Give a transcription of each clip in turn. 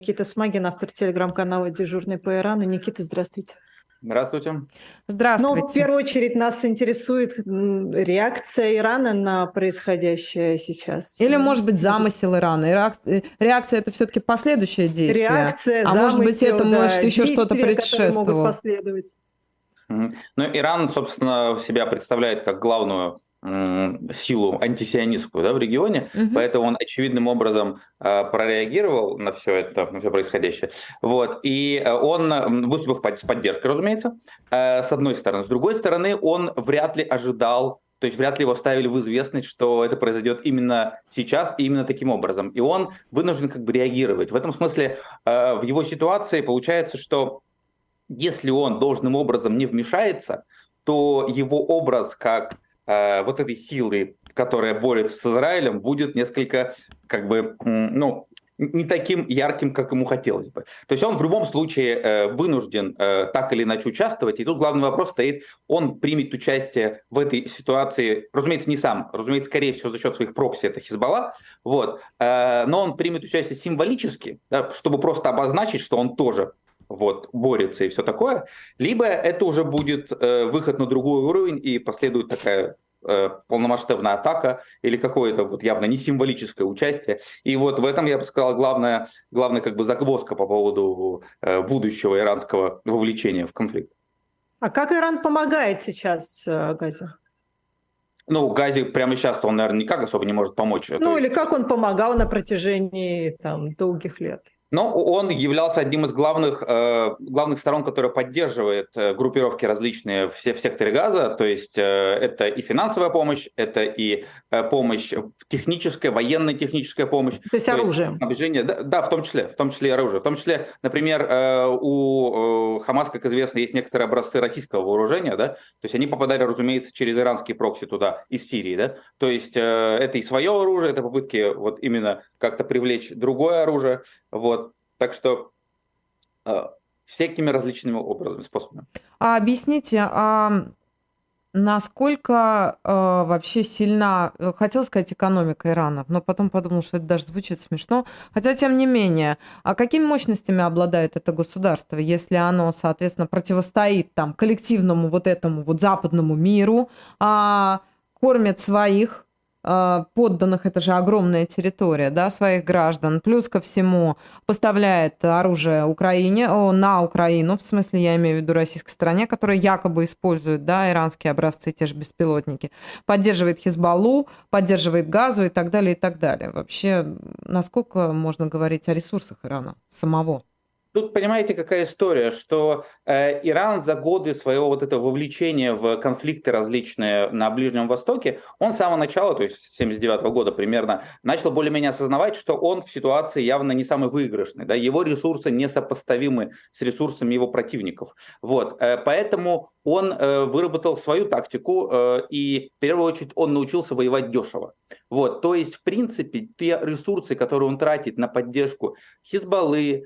Никита Смагин, автор телеграм-канала «Дежурный по Ирану». Никита, здравствуйте. Здравствуйте. Ну, в Здравствуйте. первую очередь нас интересует реакция Ирана на происходящее сейчас. Или, может быть, замысел Ирана. Реакция – это все-таки последующее действие. Реакция, А может быть, замысел, этому может еще что-то действия, которые могут предшествовало. последовать. Ну, Иран, собственно, себя представляет как главную силу антисионистскую, да, в регионе, поэтому он очевидным образом прореагировал на все это, на все происходящее. Вот. И он выступил с поддержкой, разумеется, с одной стороны. С другой стороны, он вряд ли ожидал, то есть вряд ли его ставили в известность, что это произойдет именно сейчас и именно таким образом. И он вынужден как бы реагировать. В этом смысле в его ситуации получается, что если он должным образом не вмешается, то его образ как вот этой силы, которая борется с Израилем, будет несколько как бы, ну, не таким ярким, как ему хотелось бы. То есть он в любом случае вынужден так или иначе участвовать. И тут главный вопрос стоит, он примет участие в этой ситуации, разумеется, не сам, разумеется, скорее всего, за счет своих прокси, это Хизбалла, вот, но он примет участие символически, да, чтобы просто обозначить, что он тоже вот, борется и все такое, либо это уже будет выход на другой уровень и последует такая полномасштабная атака или какое-то вот явно не символическое участие. И вот в этом, я бы сказал, главная как бы загвоздка по поводу будущего иранского вовлечения в конфликт. А как Иран помогает сейчас Газе? Ну, Газе прямо сейчас-то он, наверное, никак особо не может помочь. Ну, или как он помогал на протяжении там, долгих лет? Но он являлся одним из главных сторон, которая поддерживает группировки различные в секторе Газа. То есть это и финансовая помощь, это и помощь техническая, военная техническая помощь. То есть оружие. Снабжение, да, в том числе и оружие. В том числе, например, у Хамас, как известно, есть некоторые образцы российского вооружения, да? То есть они попадали, разумеется, через иранские прокси туда, из Сирии. Да? То есть это и свое оружие, это попытки вот именно как-то привлечь другое оружие. Вот. Так что всякими различными образами, способами. А объясните, насколько вообще сильна, хотел сказать, экономика Ирана, но потом подумал, что это даже звучит смешно. Хотя, тем не менее, а какими мощностями обладает это государство, если оно, соответственно, противостоит там коллективному вот этому вот западному миру, кормит своих подданных, это же огромная территория, да, своих граждан, плюс ко всему поставляет оружие Украине, на Украину, в смысле, я имею в виду российской стороне, которая якобы использует, да, иранские образцы, те же беспилотники, поддерживает Хизбаллу, поддерживает Газу и так далее, и так далее. Вообще, насколько можно говорить о ресурсах Ирана самого? Тут понимаете, какая история, что Иран за годы своего вот этого вовлечения в конфликты различные на Ближнем Востоке, он с самого начала, то есть с 1979 года примерно, начал более-менее осознавать, что он в ситуации явно не самый выигрышный, да, его ресурсы несопоставимы с ресурсами его противников. Вот, поэтому он выработал свою тактику, и в первую очередь он научился воевать дешево. Вот, то есть, в принципе, те ресурсы, которые он тратит на поддержку Хизбаллы,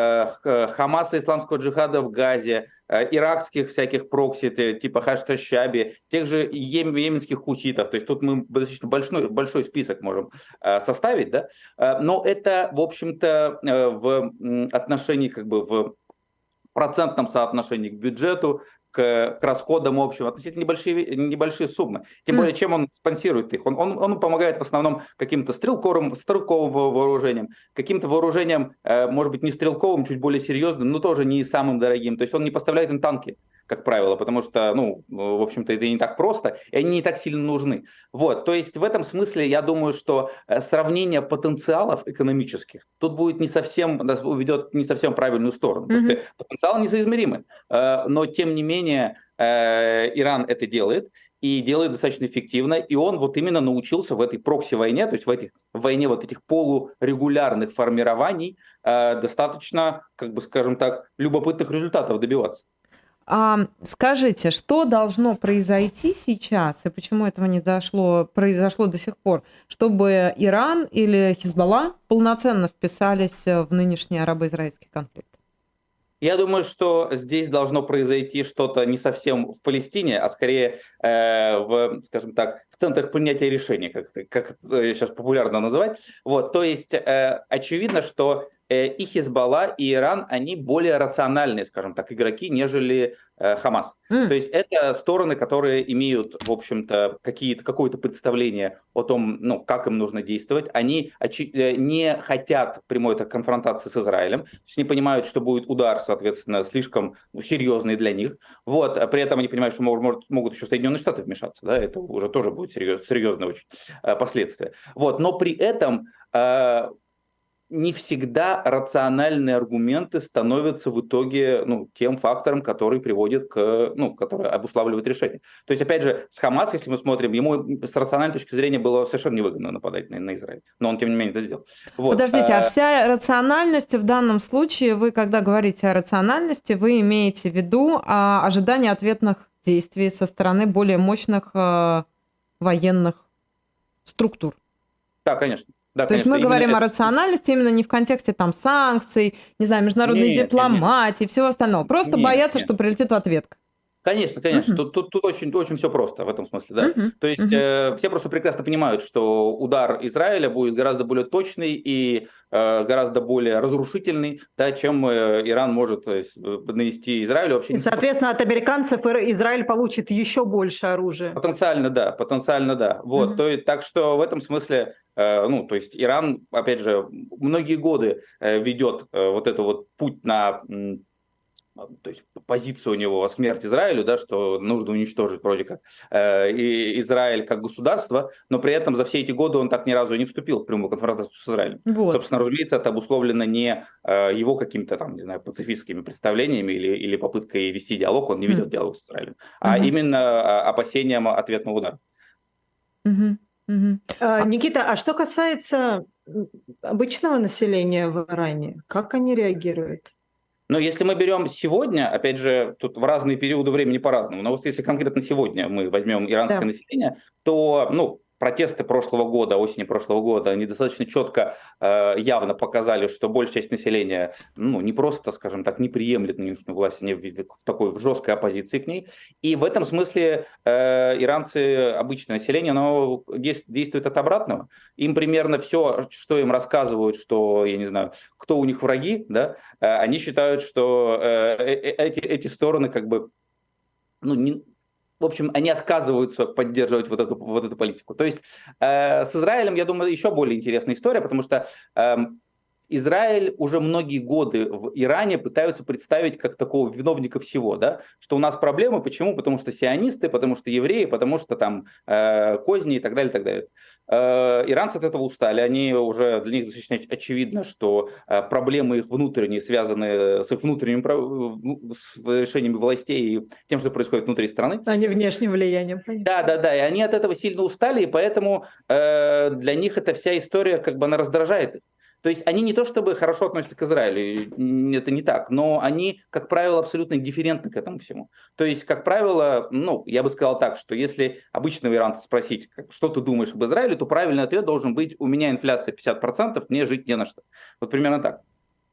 Хамаса, исламского джихада в Газе, иракских всяких прокси, типа Хаш-Шаби, тех же йеменских хуситов. То есть тут мы достаточно большой список можем составить, да? Но это, в общем-то, в отношении, как бы в процентном соотношении к бюджету, к расходам общим, относительно небольшие суммы. Тем более, чем он спонсирует их? Он помогает в основном каким-то стрелковым вооружением, каким-то вооружением, может быть, не стрелковым, чуть более серьезным, но тоже не самым дорогим. То есть он не поставляет им танки, как правило, потому что, ну, в общем-то, это не так просто, и они не так сильно нужны. Вот, то есть в этом смысле я думаю, что сравнение потенциалов экономических тут будет нас уведет не совсем в правильную сторону, потому что потенциалы несоизмеримы, но тем не менее Иран это делает, и делает достаточно эффективно, и он вот именно научился в этой прокси-войне, то есть в войне вот этих полурегулярных формирований достаточно, как бы, скажем так, любопытных результатов добиваться. Скажите, что должно произойти сейчас, и почему этого не произошло до сих пор, чтобы Иран или Хизбалла полноценно вписались в нынешний арабо-израильский конфликт? Я думаю, что здесь должно произойти что-то не совсем в Палестине, а скорее скажем так, в центрах принятия решений, как это сейчас популярно называть. Вот, то есть очевидно, что и Хизбалла, и Иран, они более рациональные, скажем так, игроки, нежели Хамас. То есть это стороны, которые имеют, в общем-то, какое-то представление о том, ну, как им нужно действовать. Они не хотят прямой конфронтации с Израилем. То есть они понимают, что будет удар, соответственно, слишком серьезный для них. Вот. А при этом они понимают, что могут еще Соединенные Штаты вмешаться. Да? Это уже тоже будет серьезные очень последствия. Вот. Но при этом не всегда рациональные аргументы становятся в итоге, ну, тем фактором, который приводит который обуславливает решение. То есть, опять же, с Хамас, если мы смотрим, ему с рациональной точки зрения было совершенно невыгодно нападать на Израиль. Но он, тем не менее, это сделал. Вот. Подождите, а вся рациональность в данном случае, вы, когда говорите о рациональности, вы имеете в виду ожидание ответных действий со стороны более мощных военных структур? Да, конечно. Да, То есть мы говорим о рациональности именно не в контексте там санкций, не знаю, международной дипломатии и всего остального. Просто боятся, что прилетит ответка. Конечно, конечно. Тут очень, очень все просто в этом смысле, да. То есть все просто прекрасно понимают, что удар Израиля будет гораздо более точный и гораздо более разрушительный, да, чем Иран может нанести Израилю. Вообще. И, соответственно, от американцев Израиль получит еще больше оружия. Потенциально, да. Вот, так что в этом смысле, то есть Иран, опять же, многие годы ведет вот этот вот путь на... То есть позицию у него смерть Израилю, да, что нужно уничтожить вроде как и Израиль как государство, но при этом за все эти годы он так ни разу и не вступил в прямую конфронтацию с Израилем. Вот. Собственно, разумеется, это обусловлено не его какими-то там, не знаю, пацифистскими представлениями или попыткой вести диалог, он не ведет диалог с Израилем, а именно опасением ответного удара. Никита, а что касается обычного населения в Иране, как они реагируют? Но если мы берем сегодня, опять же, тут в разные периоды времени по-разному, но вот если конкретно сегодня мы возьмем иранское население, то, протесты прошлого года, осени прошлого года, они достаточно четко, явно показали, что большая часть населения, не просто, скажем так, не приемлет нынешнюю власть, они в такой жесткой оппозиции к ней. И в этом смысле иранцы, обычное население, оно действует от обратного. Им примерно все, что им рассказывают, что, я не знаю, кто у них враги, да, они считают, что эти стороны как бы, в общем, они отказываются поддерживать вот эту политику. То есть с Израилем, я думаю, еще более интересная история, потому что Израиль уже многие годы в Иране пытаются представить как такого виновника всего, да, что у нас проблемы, почему? Потому что сионисты, потому что евреи, потому что там козни и так далее, и так далее. Иранцы от этого устали, для них достаточно очевидно, что проблемы их внутренние связаны с их внутренним решениями властей и тем, что происходит внутри страны. А не внешним влиянием. Да, и они от этого сильно устали, и поэтому для них эта вся история как бы она раздражает их. То есть они не то чтобы хорошо относятся к Израилю, это не так, но они, как правило, абсолютно индифферентны к этому всему. То есть, как правило, я бы сказал так, что если обычного иранца спросить, что ты думаешь об Израиле, то правильный ответ должен быть: у меня инфляция 50%, мне жить не на что. Вот примерно так.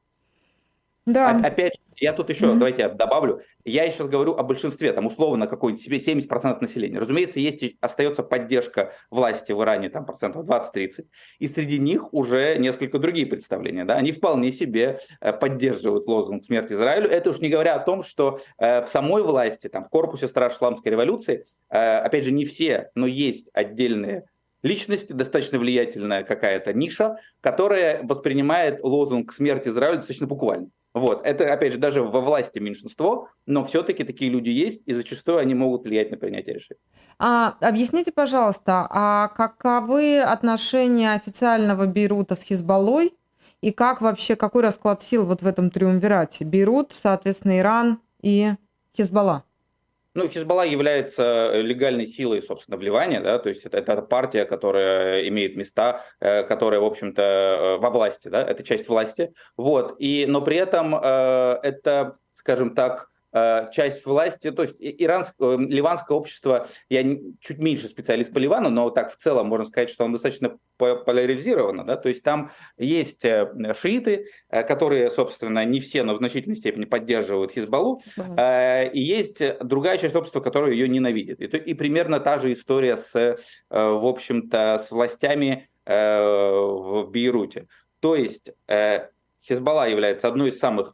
Да. Опять же, я тут еще, давайте я добавлю, я сейчас говорю о большинстве, там условно какой-нибудь себе 70% населения. Разумеется, остается поддержка власти в Иране, там процентов 20-30, и среди них уже несколько другие представления, да, они вполне себе поддерживают лозунг «Смерть Израилю». Это уж не говоря о том, что в самой власти, там, в корпусе страж исламской революции, опять же, не все, но есть отдельные личности, достаточно влиятельная какая-то ниша, которая воспринимает лозунг «Смерть Израилю» достаточно буквально. Вот. Это, опять же, даже во власти меньшинство, но все-таки такие люди есть, и зачастую они могут влиять на принятие решений. Объясните, пожалуйста, а каковы отношения официального Бейрута с Хизбаллой, и какой расклад сил вот в этом триумвирате? Бейрут, соответственно, Иран и Хизбалла. Хизбалла является легальной силой, собственно, в Ливане, да, то есть это партия, которая имеет места, которая, в общем-то, во власти, да, это часть власти, вот, но при этом это, скажем так, часть власти, то есть ливанское общество, я чуть меньше специалист по Ливану, но так в целом можно сказать, что оно достаточно поляризировано, да, то есть там есть шииты, которые, собственно, не все, но в значительной степени поддерживают Хизбаллу, и есть другая часть общества, которая ее ненавидит. И примерно та же история в общем-то, с властями в Бейруте. То есть Хизбалла является одной из самых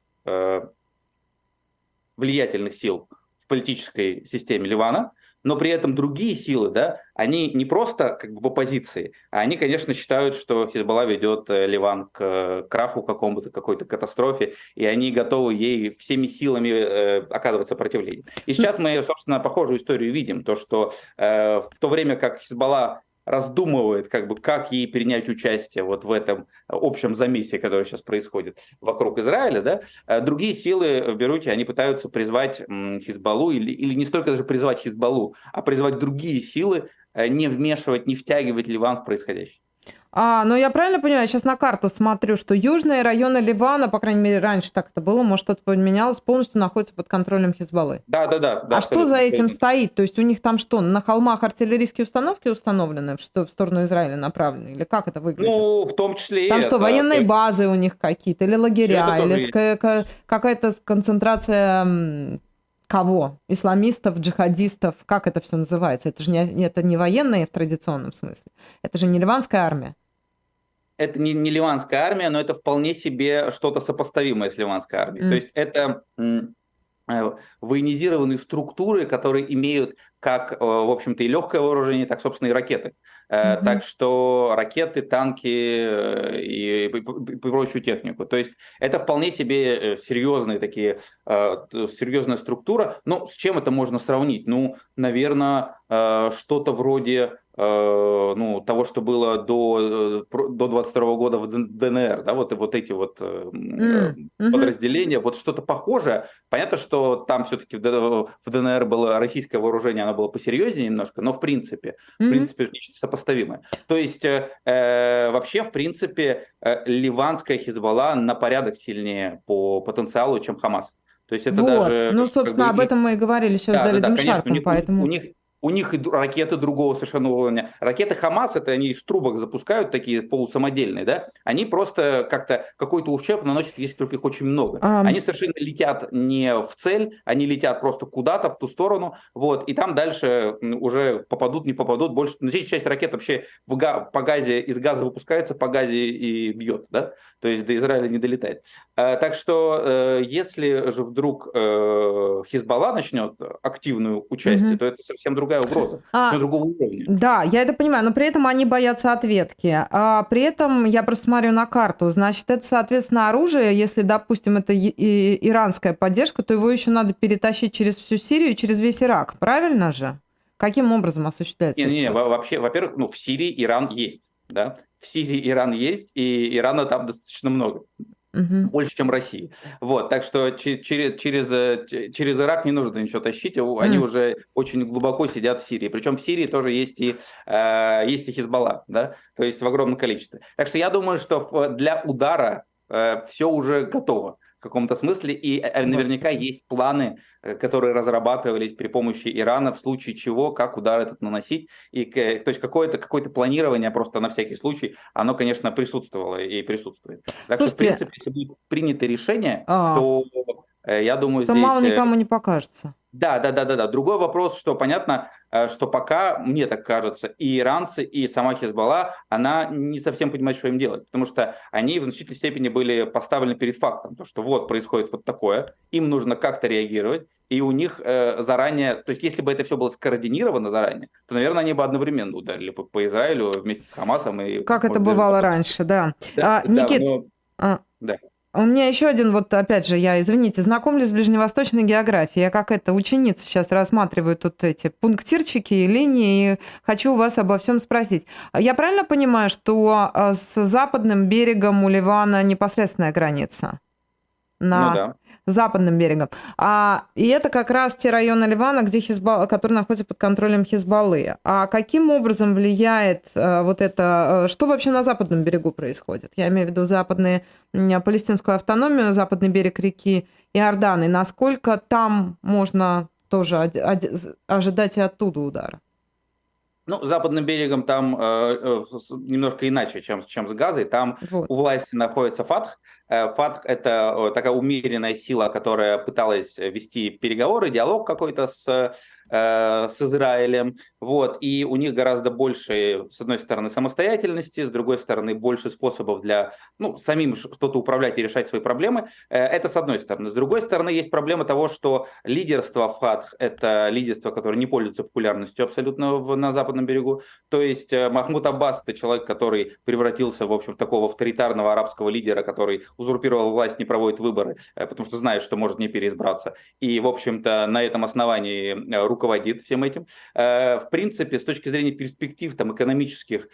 влиятельных сил в политической системе Ливана, но при этом другие силы, да, они не просто как бы в оппозиции, а они, конечно, считают, что Хизбалла ведет Ливан к краху какому-то, какой-то катастрофе, и они готовы ей всеми силами оказывать сопротивление. И сейчас мы, собственно, похожую историю видим, то, что в то время как Хизбалла раздумывает, как бы, как ей принять участие вот в этом общем замесе, который сейчас происходит вокруг Израиля, да, другие силы в Бейруте, они пытаются призвать Хизбаллу, или не столько даже призвать Хизбаллу, а призвать другие силы не вмешивать, не втягивать Ливан в происходящее. Ну я правильно понимаю, сейчас на карту смотрю, что южные районы Ливана, по крайней мере, раньше так это было, может, что-то поменялось, полностью находятся под контролем Хизбаллы. Да. А что за этим стоит? То есть у них там что, на холмах артиллерийские установки установлены, что в сторону Израиля направлены? Или как это выглядит? Ну, в том числе и там это. Что, военные базы у них какие-то, или лагеря, или какая-то концентрация... Кого? Исламистов, джихадистов? Как это все называется? Это же не военные в традиционном смысле. Это же не ливанская армия. Это не ливанская армия, но это вполне себе что-то сопоставимое с ливанской армией. То есть это военизированные структуры, которые имеют как, в общем-то, и легкое вооружение, так, собственно, и ракеты. Так что ракеты, танки и прочую технику. То есть это вполне себе серьезная серьезная структура. Но с чем это можно сравнить? Ну, наверное, что-то вроде того, что было до 22 года в ДНР, да, вот эти вот подразделения, вот что-то похожее. Понятно, что там все-таки в ДНР было российское вооружение, оно было посерьезнее немножко, но в принципе нечто сопоставимое. То есть вообще, в принципе, ливанская Хизбалла на порядок сильнее по потенциалу, чем Хамас. То есть это даже... Ну, собственно, об этом мы и говорили сейчас с Давидом Шарпом, поэтому... У них и ракеты другого совершенно уровня. Ракеты Хамас, это они из трубок запускают, такие полусамодельные, да? Они просто как-то какой-то ущерб наносят, если только их очень много. Они совершенно летят не в цель, они летят просто куда-то, в ту сторону, вот, и там дальше уже попадут, не попадут, больше, значительная часть ракет вообще по газе, из газа выпускается, по газе и бьет, да? То есть до Израиля не долетает. Так что, если же вдруг Хизбалла начнет активную участие, то это совсем другая угроза, другого уровня. Да, я это понимаю, но при этом они боятся ответки. А при этом я просто смотрю на карту. Значит, это, соответственно, оружие, если, допустим, это иранская поддержка, то его еще надо перетащить через всю Сирию и через весь Ирак. Правильно же? Каким образом осуществляется? Вообще, во-первых, в Сирии Иран есть. Да? В Сирии Иран есть, и Ирана там достаточно много. Больше, чем России. Вот, так что через Ирак не нужно ничего тащить, они уже очень глубоко сидят в Сирии. Причем в Сирии тоже есть и Хизбалла, да? То есть в огромном количестве. Так что я думаю, что для удара все уже готово в каком-то смысле, и наверняка есть планы, которые разрабатывались при помощи Ирана, в случае чего, как удар этот наносить. И, то есть какое-то планирование просто на всякий случай, оно, конечно, присутствовало и присутствует. Так что, в принципе, если будет принято решение, то я думаю, здесь... мало никому не покажется. Да. Другой вопрос, что понятно, что пока, мне так кажется, и иранцы, и сама Хизбалла, она не совсем понимает, что им делать. Потому что они в значительной степени были поставлены перед фактом, то, что вот происходит вот такое, им нужно как-то реагировать, и у них заранее, то есть если бы это все было скоординировано заранее, то, наверное, они бы одновременно ударили по Израилю вместе с Хамасом. Как это бывало раньше, да. Никит, да. У меня еще один, опять же, извините, знакомлюсь с ближневосточной географией. Я как ученица сейчас рассматриваю тут эти пунктирчики и линии, и хочу у вас обо всем спросить. Я правильно понимаю, что с западным берегом у Ливана непосредственная граница? Да. Западным берегом. И это как раз те районы Ливана, которые находятся под контролем Хизбаллы. А каким образом влияет что вообще на западном берегу происходит? Я имею в виду палестинскую автономию, западный берег реки Иордан, и насколько там можно тоже ожидать и оттуда удара? Западным берегом там немножко иначе, чем с Газой. Там у власти находится Фатх. Фатх – это такая умеренная сила, которая пыталась вести переговоры, диалог какой-то с с Израилем, вот, и у них гораздо больше, с одной стороны, самостоятельности, с другой стороны, больше способов для, ну, самим что-то управлять и решать свои проблемы. Это с одной стороны. С другой стороны, есть проблема того, что лидерство Фатх – это лидерство, которое не пользуется популярностью абсолютно на Западном берегу. То есть Махмуд Аббас – это человек, который превратился, в общем, в такого авторитарного арабского лидера, который узурпировал власть, не проводит выборы, потому что знает, что может не переизбраться. И, в общем-то, на этом основании руководит всем этим. В принципе, с точки зрения перспектив там, экономических,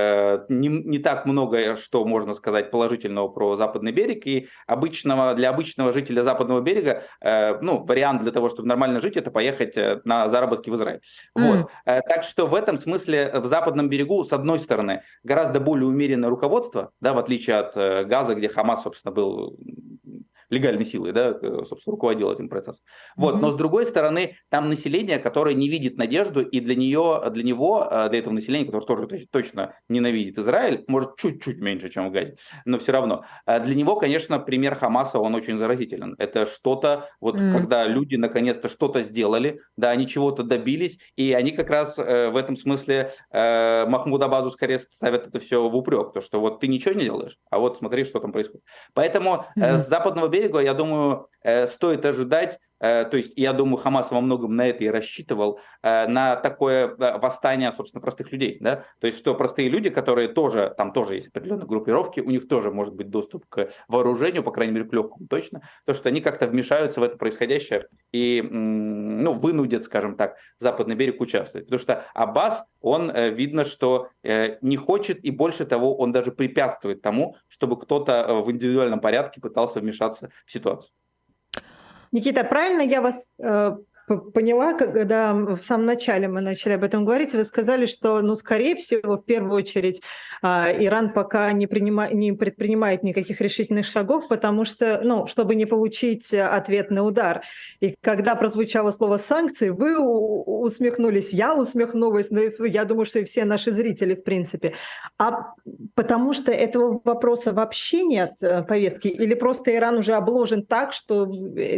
не так много, что можно сказать положительного про Западный берег. И для обычного жителя Западного берега ну, вариант для того, чтобы нормально жить, это поехать на заработки в Израиль. Вот. Так что в этом смысле в Западном берегу, с одной стороны, гораздо более умеренное руководство, да, в отличие от Газа, где Хамас, собственно, был легальной силой, да, собственно, руководил этим процессом. Вот. Но с другой стороны, там население, которое не видит надежду, и для этого населения, которое тоже точно ненавидит Израиль, может, чуть-чуть меньше, чем в Газе, но все равно. Для него, конечно, пример Хамаса, он очень заразителен. Это что-то, вот когда люди наконец-то что-то сделали, да, они чего-то добились, и они как раз в этом смысле Махмуду Аббасу скорее ставят это все в упрек, то, что вот ты ничего не делаешь, а вот смотри, что там происходит. Поэтому с Западного берега, я думаю, стоит ожидать, то есть я думаю, Хамас во многом на это и рассчитывал, на такое восстание, собственно, простых людей, да, то есть что простые люди, которые тоже, там тоже есть определенные группировки, у них тоже может быть доступ к вооружению, по крайней мере, к легкому точно, то, что они как-то вмешаются в это происходящее и, ну, вынудят, скажем так, Западный берег участвовать, потому что Аббас, он, видно, что не хочет, и больше того, он даже препятствует тому, чтобы кто-то в индивидуальном порядке пытался вмешаться в ситуацию. Никита, правильно я вас поняла, когда в самом начале мы начали об этом говорить, вы сказали, что, ну, скорее всего, в первую очередь, Иран пока не предпринимает никаких решительных шагов, потому что, ну, чтобы не получить ответный удар. И когда прозвучало слово «санкции», вы усмехнулись, я усмехнулась, но я думаю, что и все наши зрители, в принципе. А потому что этого вопроса вообще нет повестки? Или просто Иран уже обложен так, что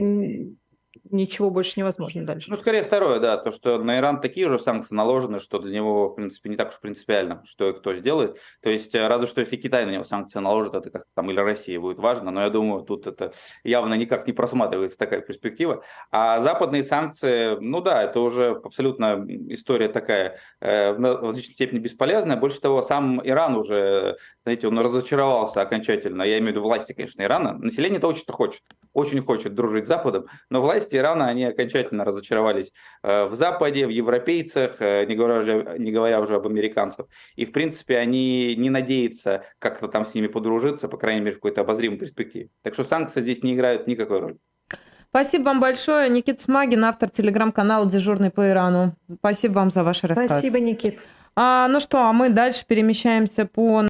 ничего больше невозможно дальше? Ну, скорее второе, да, то, что на Иран такие же санкции наложены, что для него, в принципе, не так уж принципиально, что и кто сделает. То есть, разве что если Китай на него санкции наложит, это как-то там, или Россия будет важно, но я думаю, тут это явно никак не просматривается такая перспектива. А западные санкции, ну да, это уже абсолютно история такая в значительной степени бесполезная. Больше того, сам Иран уже, знаете, он разочаровался окончательно, я имею в виду власти, конечно, Ирана. Население-то очень хочет дружить с Западом, но власти Ирана, они окончательно разочаровались в Западе, в европейцах, не говоря уже об американцах. И, в принципе, они не надеются как-то там с ними подружиться, по крайней мере, в какой-то обозримой перспективе. Так что санкции здесь не играют никакой роли. Спасибо вам большое. Никита Смагин, автор телеграм-канала «Дежурный по Ирану». Спасибо вам за ваш рассказ. Спасибо, Никит. Ну что, а мы дальше перемещаемся по